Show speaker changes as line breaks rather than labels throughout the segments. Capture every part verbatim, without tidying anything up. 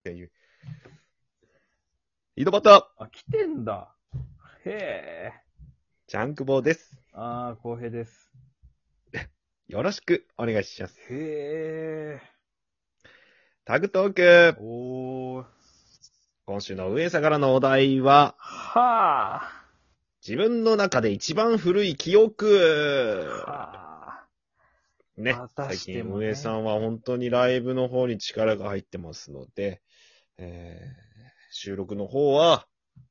っていう。井戸端、
あ、来てんだ。へえ。
ジャンクボーです。
あー、浩平です。
よろしくお願いします。
へえ。
タグトーク。
おー。
今週の上からのお題は、
はあ。
自分の中で一番古い記憶。
はあ。
ね。
また
最近
してもね
上さんは本当にライブの方に力が入ってますので、えー、収録の方は、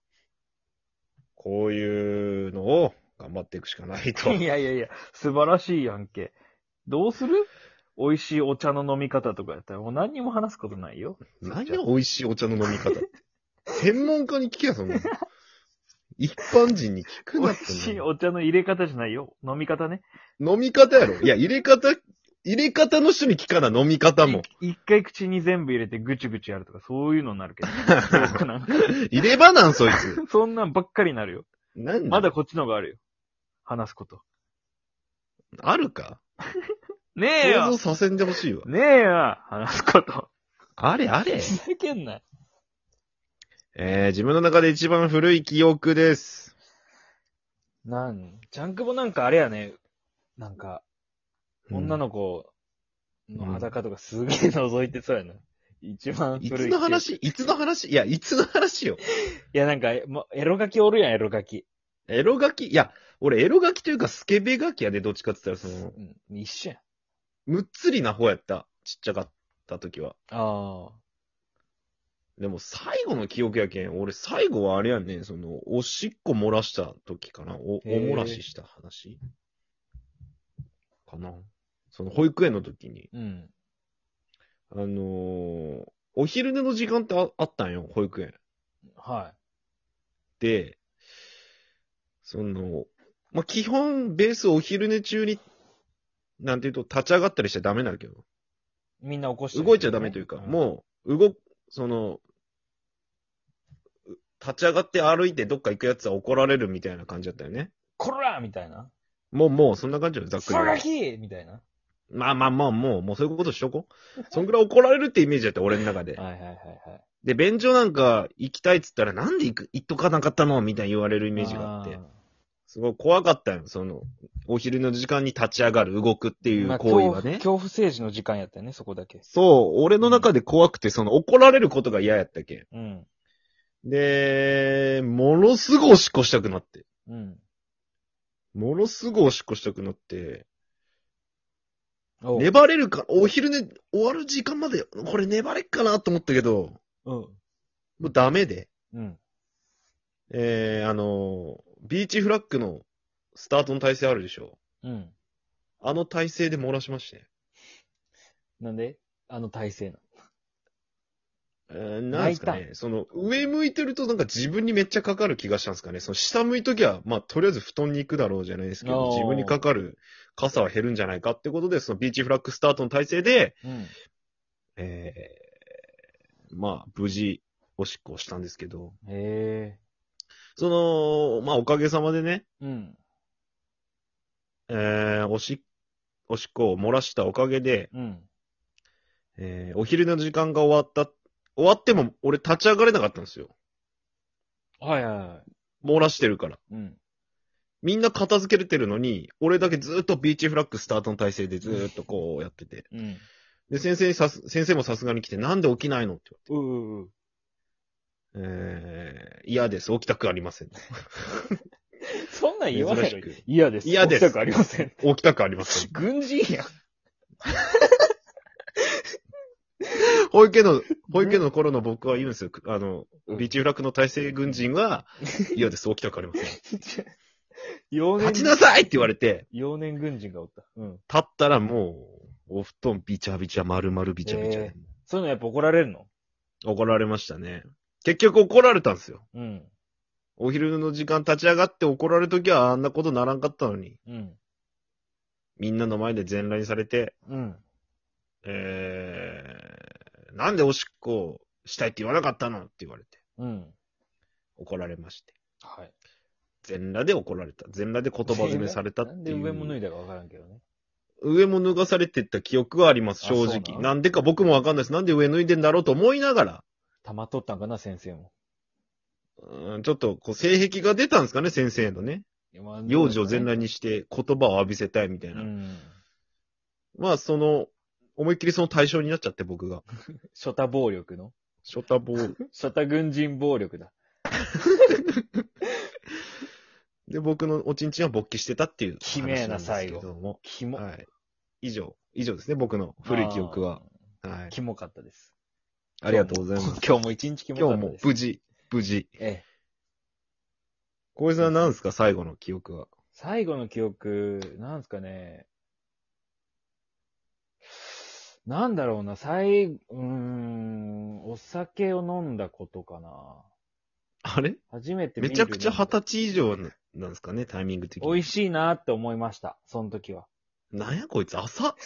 こういうのを頑張っていくしかないと。
いやいやいや、素晴らしいやんけ。どうする？美味しいお茶の飲み方とかやったらもう何にも話すことないよ。
何が美味しいお茶の飲み方って。専門家に聞けや、そんなの。一般人に聞く
美
なって
味しい
ね。
お茶の入れ方じゃないよ。飲み方ね。
飲み方やろ。いや、入れ方、入れ方の人に聞かな、飲み方も。
い一回口に全部入れてぐちゅぐちゅやるとか、そういうのになるけど。僕なんか
入れ歯なん、そいつ。
そんなんばっかりになるよ。
なんだ
まだこっちの方があるよ。話すこと。
あるか
ねえよ
想像させんでほしいわ。
ねえよ話すこと。
あれあれ
ふざけんなよ。
えー、自分の中で一番古い記憶です。
なんジャンクボなんかあれやね。なんか、
うん
女の子の裸とかすげえ覗いてそうやな。一番
い
古い。
つの話いつの話いや、いつの話よ。
いやなんか、もエロガキおるやん、エロガキ。
エロガキいや、俺エロガキというかスケベガキやで、どっちかって言ったらその、
うん、一緒やん。
むっつりな方やった。ちっちゃかった時は。
ああ。
でも最後の記憶やけん、俺最後はあれやねん、その、おしっこ漏らした時かな。お、お
へー
漏らしした話かな。その保育園の時に、
うん。
あのー、お昼寝の時間ってああったんよ、保育園。
は
で、その、まあ、基本ベースお昼寝中に、なんていうと立ち上がったりしちゃダメなんだけど、
い。みんな起こして、
動いちゃダメというか、
うん、
もう、動、その、立ち上がって歩いてどっか行くやつは怒られるみたいな感じだったよね。
こらみたいな。
もう、もう、そんな感じよ、ざっくり
さが
言えば。
きみたいな。
まあまあまあ、もう、もうそういうことしとこう。そんぐらい怒られるってイメージだった、俺の中で。
はいはいはいはい。
で、便所なんか行きたいっつったら、なんで行く、行っとかなかったのみたいに言われるイメージがあって。すごい怖かったよ、その、お昼の時間に立ち上がる、動くっていう行為はね。
まあ、恐怖、恐怖政治の時間やったよね、そこだけ。
そう、俺の中で怖くて、その、怒られることが嫌やったけん。
うん。
で、ものすごいおしっこしたくなって。
うん。
ものすごいおしっこしたくなって、
おう。
粘れるか、お昼寝終わる時間まで、これ粘れっかなと思ったけど、
うん。
もうダメで。
うん。
えー、あの、ビーチフラッグのスタートの体勢あるでしょ。
うん。
あの体勢で漏らしまして。
なんであの体勢な
えー、なんですか
泣い
ね。その、上向いてるとなんか自分にめっちゃかかる気がしたんですかね。その下向いときは、まあ、とりあえず布団に行くだろうじゃないですけど、
おー
自分にかかる傘は減るんじゃないかってことで、そのビーチフラッグスタートの体勢で、
の。うん。
えー、まあ、無事、おしっこをしたんですけど、
へえ。
その、まあ、おかげさまでね、
うん。
えー、おし、おしっこを漏らしたおかげで、
うん。
えー、お昼の時間が終わった、終わっても俺立ち上がれなかったんですよ。
はいはいはい。
漏らしてるから。
うん。
みんな片付けれてるのに、俺だけずっとビーチフラッグスタートの体勢でずーっとこうやってて。
うん。
で、先生にさす、先生もさすがに来て、なんで起きないのって
うううう。
言われて。えー、嫌です。起きたくありません。
そんなん言わないの
珍しく
嫌です。
嫌です
起きたくありません。
起きたくありません。
軍人やん。
保育園の、保育園の頃の僕は言うんですよ。あの、ビーチフラッグの体制軍人は、嫌です。起きたくありません。
幼年
立ちなさいって言われて、
幼年軍人がおった。うん。
立ったらもう、お布団ビチャビチャ、丸々ビチャビチャで、
えそういうのやっぱ怒られるの
怒られましたね。結局怒られたんですよ。
うん。
お昼の時間立ち上がって怒られるときはあんなことならんかったのに、
うん。
みんなの前で全裸にされて、
うん。
えー、なんでおしっこしたいって言わなかったのって言われて、
うん。
怒られまして。
はい。
全裸で怒られた。全裸で言葉詰めされたっていう。
なんで上も脱いだかわからんけどね。
上も脱がされてった記憶はあります、正
あそうな
直。
の
なんでか僕もわかんないです。なんで上脱いでんだろうと思いながら、
溜まっとったんかな、先生も。
うん、ちょっと、こう、性癖が出たんですかね、先生のね。
まあ
幼女を全裸にして言葉を浴びせたいみたいうな。
ん。
まあ、その、思いっきりその対象になっちゃって、僕が。
初太暴力の
ショタボール。
初太軍人暴力だ。
で、僕のおちんちんは勃起してたっていう
きめえな
話なんですけども。
キモ。
はい。以上、以上ですね、僕の古い記憶は。はい。
キモかったです。
ありがとうございます。
今日も一日キモか
今日
ったです。
も無事、無事。
ええ。
小江さん何ですか、最後の記憶は。
最後の記憶、なんですかね。なんだろうな、最、うーん、お酒を飲んだことかな。
あれ
初めてビール
めちゃくちゃ
飲んだ
二十歳以上ななんですかね、タイミング的に。
美味しいなって思いました、その時は。
なんやこいつ、朝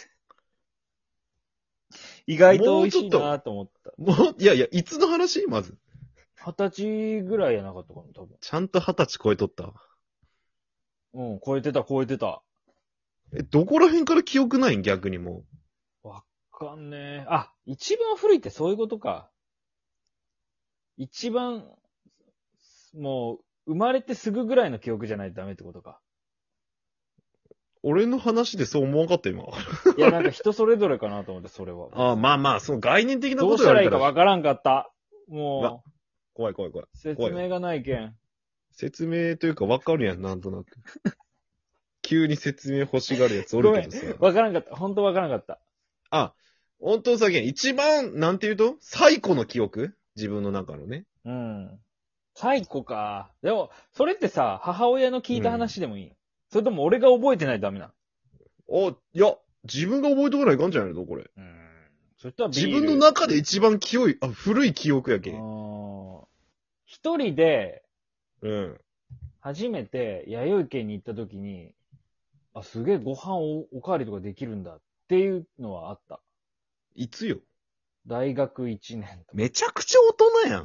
意外と美味しいなと思った。
もう、いやいや、いつの話まず。
二十歳ぐらいやなかったかな、多分。
ちゃんと二十歳超えとったわ。
うん、超えてた、超えてた。
え、どこら辺から記憶ないん逆にも
わかんねえ。あ、一番古いってそういうことか。一番、もう、生まれてすぐぐらいの記憶じゃないとダメってことか。
う。俺の話でそう思わんかった、今。
いや、なんか人それぞれかなと思って、それは。
ああ、まあまあ、その概念的な
どうし
こと言われたら。
たらいいかわからんかった。も
怖い怖い怖い。
う、説明がないけん。
説明というか分かるやん、なんとなく。急に説明欲しがるやつおるけどさ。
わからんかった。本当わからんかった。
あ、本当さけん、一番、なんて言うと最古の記憶自分の中のね。
うん。最古か。でも、それってさ、母親の聞いた話でもいい、それとも俺が覚えてないとダメな
お、いや、自分が覚えとかないかんじゃないのこれ。
のうん。それとはビー
自
ル
分の中で一番清い、あ、古い記憶やけ。
あー一人で、
うん。
初めて弥生県に行った時に、あ、すげえご飯おおかわりとかできるんだっていうのはあった。
いつよ。
大学いちねんとか。
めちゃくちゃ大人やん。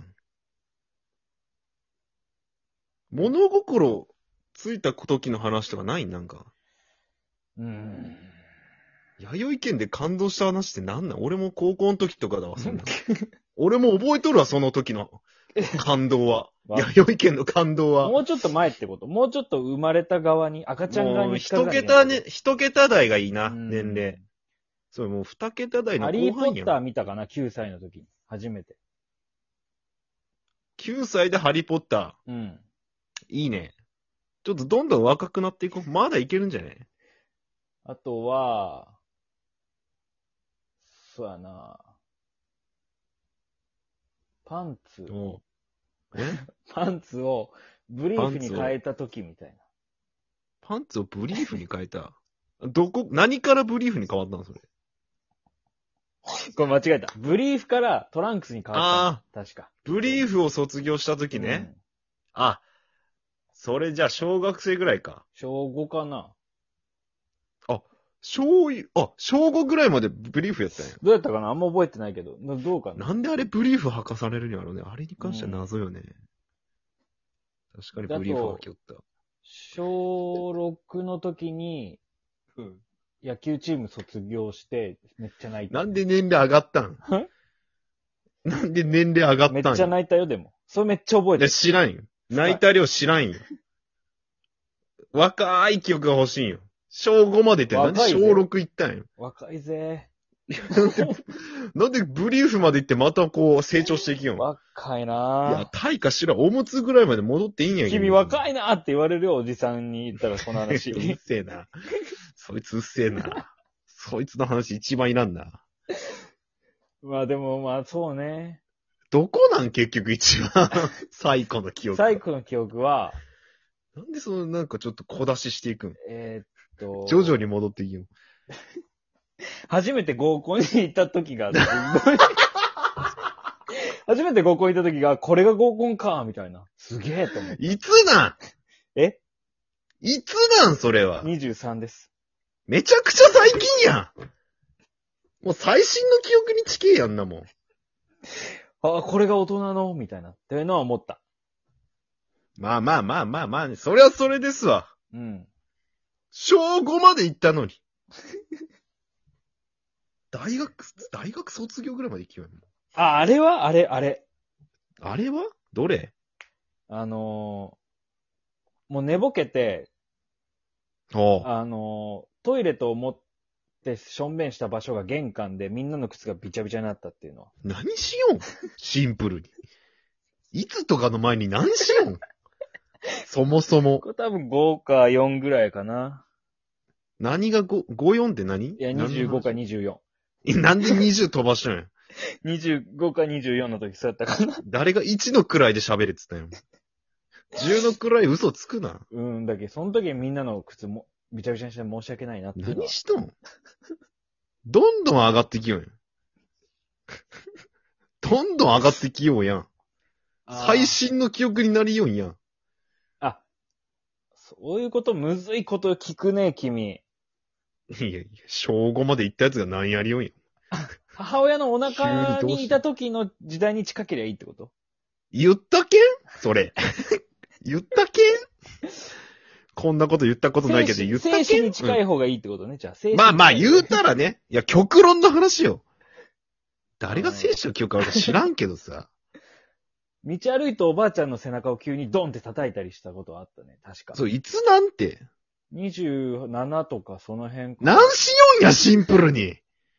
物心ついた時の話とかないなんか。
うーん。
弥生県で感動した話ってなんなん俺も高校の時とかだわ、そんな。俺も覚えとるわ、その時の感動は。
わ
弥生県の感動は。
もうちょっと前ってこともうちょっと生まれた側に、赤ちゃん側
もう
に近づ
一桁ね、一桁台がいいな、
うん
年齢。そう、もう二桁台の
ハリー・ポ
後半やん。
ッター見たかな ?きゅう 歳の時に。初めて。
きゅうさいでハリーポッタ
うん。
ー。いいね。ちょっとどんどん若くなっていこう。まだいけるんじゃない
あとは、そうやな。パンツ。
おうえ
パンツをブリーフに変えた時みたいな。
パンツをブリーフに変えた。どこ、何からブリーフに変わったのそれ。
これ間違えた。ブリーフからトランクスに変わったの。確か。
ブリーフを卒業した時ね。
うん
あ、それじゃあ小学生ぐらいか。
小ごかな。
小い、あ、小ごぐらいまでブリーフやったんや。
どうやったかなあんま覚えてないけど。などうかな。
なんであれブリーフ履かされるんやろうね。あれに関しては謎よね。確かにブリーフ履きよった。
小ろくの時に
うん。
野球チーム卒業して、めっちゃ泣いた。
なんで年齢上がったんなんで年齢上がったん
めっ
や
ちゃ泣いたよ、でも。それめっちゃ覚え
いや
てる。
知らんよ。泣いた量知らんよ。若い記憶が欲しいんよ。小ごまで行って、なんで
若いぜ
小ろく行ったんよ。
若いぜ。
なんでブリーフまで行ってまたこう成長していきよん。い
若い
や
な、
大化しらおむつぐらいまで戻っていいんやけど。
君若いなって言われるよ、おじさんに言ったらこの話。
うっせえな。そいつうっせえな。そいつの話一番いらんな。
まあでもまあそうね。
どこなん結局一番最古の記憶。
最古の記憶は、
なんでそのなんかちょっと小出ししていくん
えーっと、
徐々に戻っていきよ。
初めて合コンに行った時が、すごい初めて合コンに行った時が、これが合コンか、みたいな。すげえと思って。
いつなん
え
いつなんそれは。
にじゅうさんです。
めちゃくちゃ最近やん。もう最新の記憶に近えやんなもん。
あ、これが大人の、みたいな。っていうのは思った。
まあまあまあまあまあ、ね、それはそれですわ。
うん。
小ごまで行ったのに。大学、大学卒業ぐらいまで行きよんもん。
あ、あれはあれ、あれ。
あれはどれ？
あのー、もう寝ぼけて、
おう。
あのー、トイレと思ってしょんべんした場所が玄関でみんなの靴がびちゃびちゃになったっていうのは。
何しよんシンプルに。いつとかの前に何しよんそもそも。
これ多分ごかよんぐらいかな。
何がご、ごじゅうよんって何？
いや、にじゅうごかにじゅうよ
えなんでにじゅう飛ばしたんや。
ん。にじゅうごかにじゅうよんの時そうやったかな。
誰がいちの位で喋れって言ったんや。じゅうの位嘘つくな。
うん、だけど、その時みんなの靴も、びちゃびちゃにして申し訳ないなっていうのは
何。しとんどんどん上がってきようやん。どんどん上がってきようやん。
あー
最新の記憶になりよんやん。
あ、そういうこと、むずいこと聞くね、君。
いやいや、小ごまで行ったやつが何やりよんやん。
母親のお
急
腹
にどうし
にいた時の時代に近ければいいってこと？
言ったけんそれ。言ったけんこんなこと言ったことないけど言ったけん
生死に近い方がいいってことね、じゃあ。生死に
まあまあ
近い
言うたらね。いや、極論の話よ。誰が生死の記憶あるか知らんけどさ。
道歩いておばあちゃんの背中を急にドンって叩いたりしたことはあったね、確か。
そう、いつなんて。
にじゅうななとかその辺か。
何しよんや、シンプルに。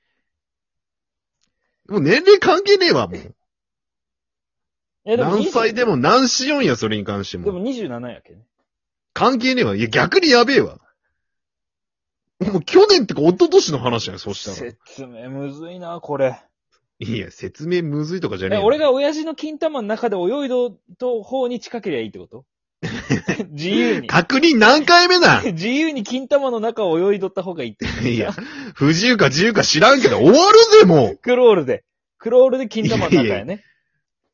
もう年齢関係ねえわ、もう。
え、でも
何歳でも何しよんや、それに関しても。
でもにじゅうななやけね。
関係ねえわ。いや、逆にやべえわ。もう去年ってか一昨年の話やん、そしたら。
説明むずいな、これ。
いや、説明むずいとかじゃね
え、
えよ。
俺が親父の金玉の中で泳いどと方に近ければいいってこと自由に。
確認何回目な
自由に金玉の中を泳いどった方がいいってこと。
いや、不自由か自由か知らんけど、終わるぜ、もう
クロールで。クロールで金玉の中やね。